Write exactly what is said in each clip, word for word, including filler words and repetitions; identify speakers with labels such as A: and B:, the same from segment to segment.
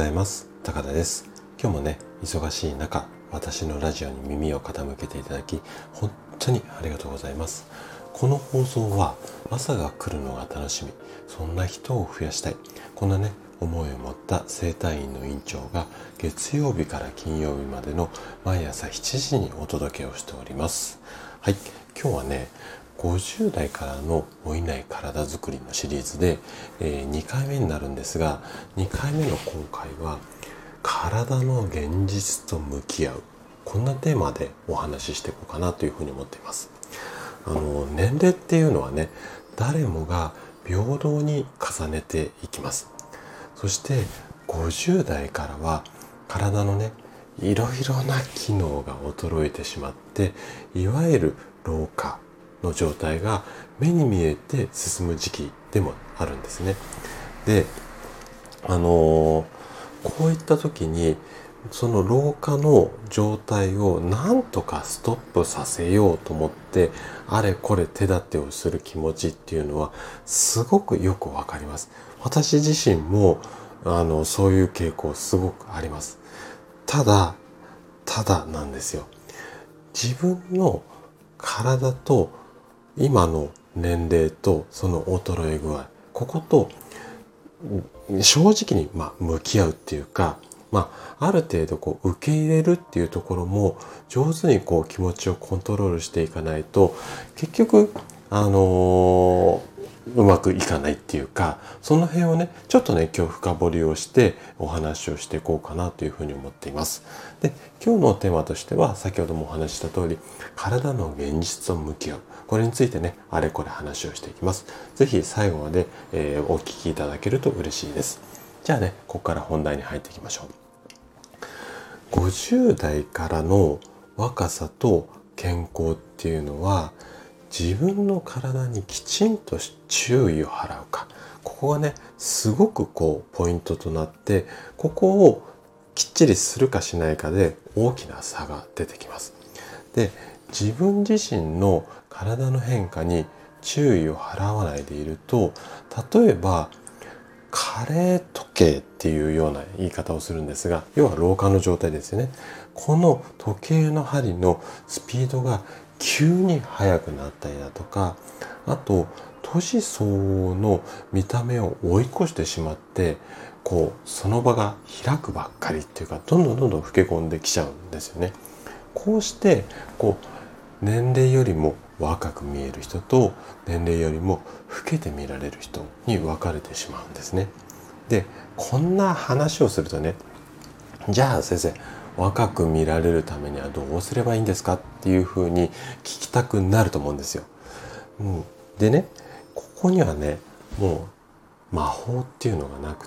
A: ざいます。高田です。今日もね、忙しい中、私のラジオに耳を傾けていただき、本当にありがとうございます。この放送は、朝が来るのが楽しみ、そんな人を増やしたい。こんなね、思いを持った整体院の院長が、月曜日から金曜日までの毎朝しちじにお届けをしております。はい、今日はね、ごじゅう代からの老いない体づくりのシリーズで、えー、にかいめになるんですが、にかいめの今回は体の現実と向き合う、こんなテーマでお話ししていこうかなというふうに思っています。あの年齢っていうのはね、誰もが平等に重ねていきます。そしてごじゅう代からは体のね、いろいろな機能が衰えてしまって、いわゆる老化の状態が目に見えて進む時期でもあるんですね。で、あのー、こういった時にその老化の状態をなんとかストップさせようと思ってあれこれ手立てをする気持ちっていうのはすごくよくわかります。私自身もあのそういう傾向すごくあります。ただただなんですよ。自分の体と今の年齢とその衰え具合、ここと正直にまあ向き合うっていうか、まあ、ある程度こう受け入れるっていうところも上手にこう気持ちをコントロールしていかないと、結局あのーうまくいかないっていうか、その辺をねちょっとね今日深掘りをしてお話をしていこうかなというふうに思っています。で、今日のテーマとしては先ほどもお話しした通り、体の現実と向き合う、これについてねあれこれ話をしていきます。ぜひ最後まで、えー、お聞きいただけると嬉しいです。じゃあね、ここから本題に入っていきましょう。ごじゅう代からの若さと健康っていうのは、自分の体にきちんと注意を払うか、ここがねすごくこうポイントとなって、ここをきっちりするかしないかで大きな差が出てきます。で、自分自身の体の変化に注意を払わないでいると、例えば加齢時計っていうような言い方をするんですが、要は老化の状態ですよね。この時計の針のスピードが急に速くなったりだとか、あと年相応の見た目を追い越してしまって、こうその場が開くばっかりっていうか、どんどんどんどん老け込んできちゃうんですよね。こうしてこう年齢よりも若く見える人と年齢よりも老けて見られる人に分かれてしまうんですね。で、こんな話をするとね、じゃあ先生、若く見られるためにはどうすればいいんですかっていうふうに聞きたくなると思うんですよ。うん、でね、ここにはね、もう魔法っていうのがなくって、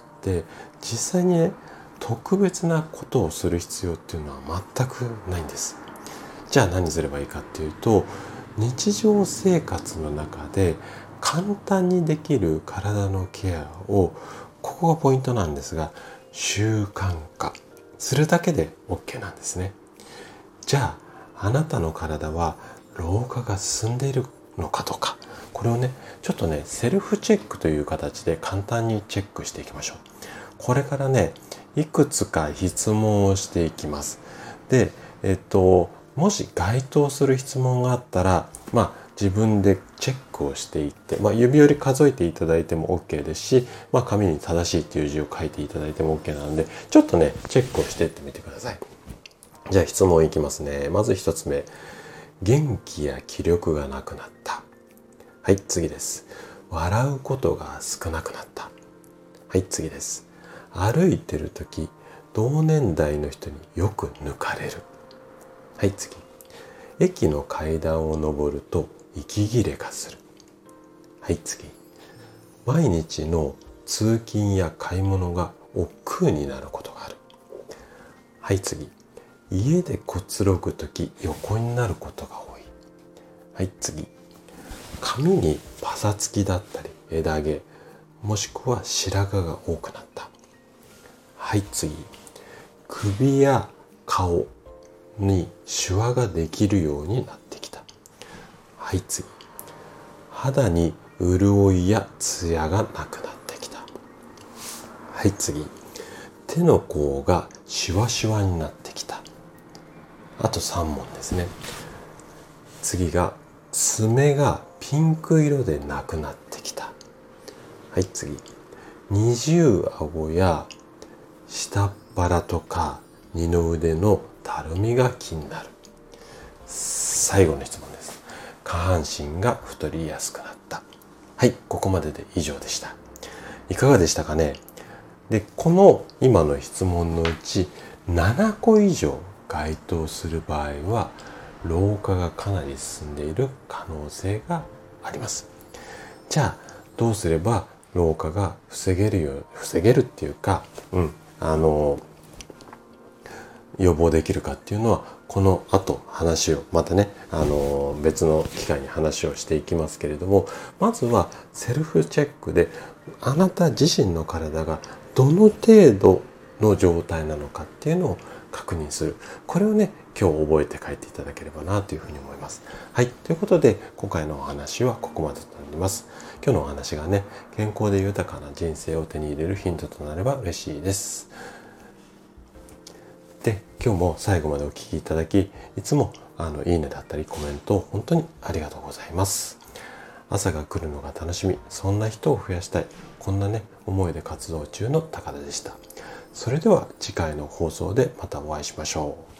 A: 実際にね、特別なことをする必要っていうのは全くないんです。じゃあ何すればいいかっていうと、日常生活の中で簡単にできる体のケアを、ここがポイントなんですが、習慣化するだけで OK なんですね。じゃああなたの体は老化が進んでいるのかとか、これをねちょっとねセルフチェックという形で簡単にチェックしていきましょう。これからねいくつか質問をしていきます。で、えっともし該当する質問があったら、まあ自分でチェックをしていって、まあ、指折り数えていただいても OK ですし、まあ、紙に正しいという字を書いていただいても OK なので、ちょっとねチェックをしていってみてください。じゃあ質問いきますね。まず一つ目、元気や気力がなくなった。はい、次です。笑うことが少なくなった。はい、次です。歩いてるとき同年代の人によく抜かれる。はい、次。駅の階段を上ると息切れがする。はい、次。毎日の通勤や買い物が億劫になることがある。はい、次。家でくつろぐとき横になることが多い。はい、次。髪にパサつきだったり枝毛、もしくは白髪が多くなった。はい、次。首や顔にシワができるようになってきた。はい、次。肌に潤いやツヤがなくなってきた。はい、次。 手の甲がシワシワになってきた。あとさん問ですね。次が爪がピンク色でなくなってきた。はい、次。二重顎や下っ腹とか二の腕のたるみが気になる。最後の質問です。下半身が太りやすくなった。はい、ここまでで以上でした。いかがでしたかね。で、この今の質問のうちななこ以上該当する場合は老化がかなり進んでいる可能性があります。じゃあどうすれば老化が防げるよう防げるっていうか、うん、あの予防できるかっていうのはこの後話をまたね、あの別の機会に話をしていきますけれども、まずはセルフチェックであなた自身の体がどの程度の状態なのかっていうのを確認する。これをね、今日覚えて帰っていただければなというふうに思います。はい。ということで、今回のお話はここまでとなります。今日のお話がね、健康で豊かな人生を手に入れるヒントとなれば嬉しいです。で、今日も最後までお聞きいただき、いつもあのいいねだったりコメント本当にありがとうございます。朝が来るのが楽しみ、そんな人を増やしたい、こんなね、思いで活動中の高田でした。それでは次回の放送でまたお会いしましょう。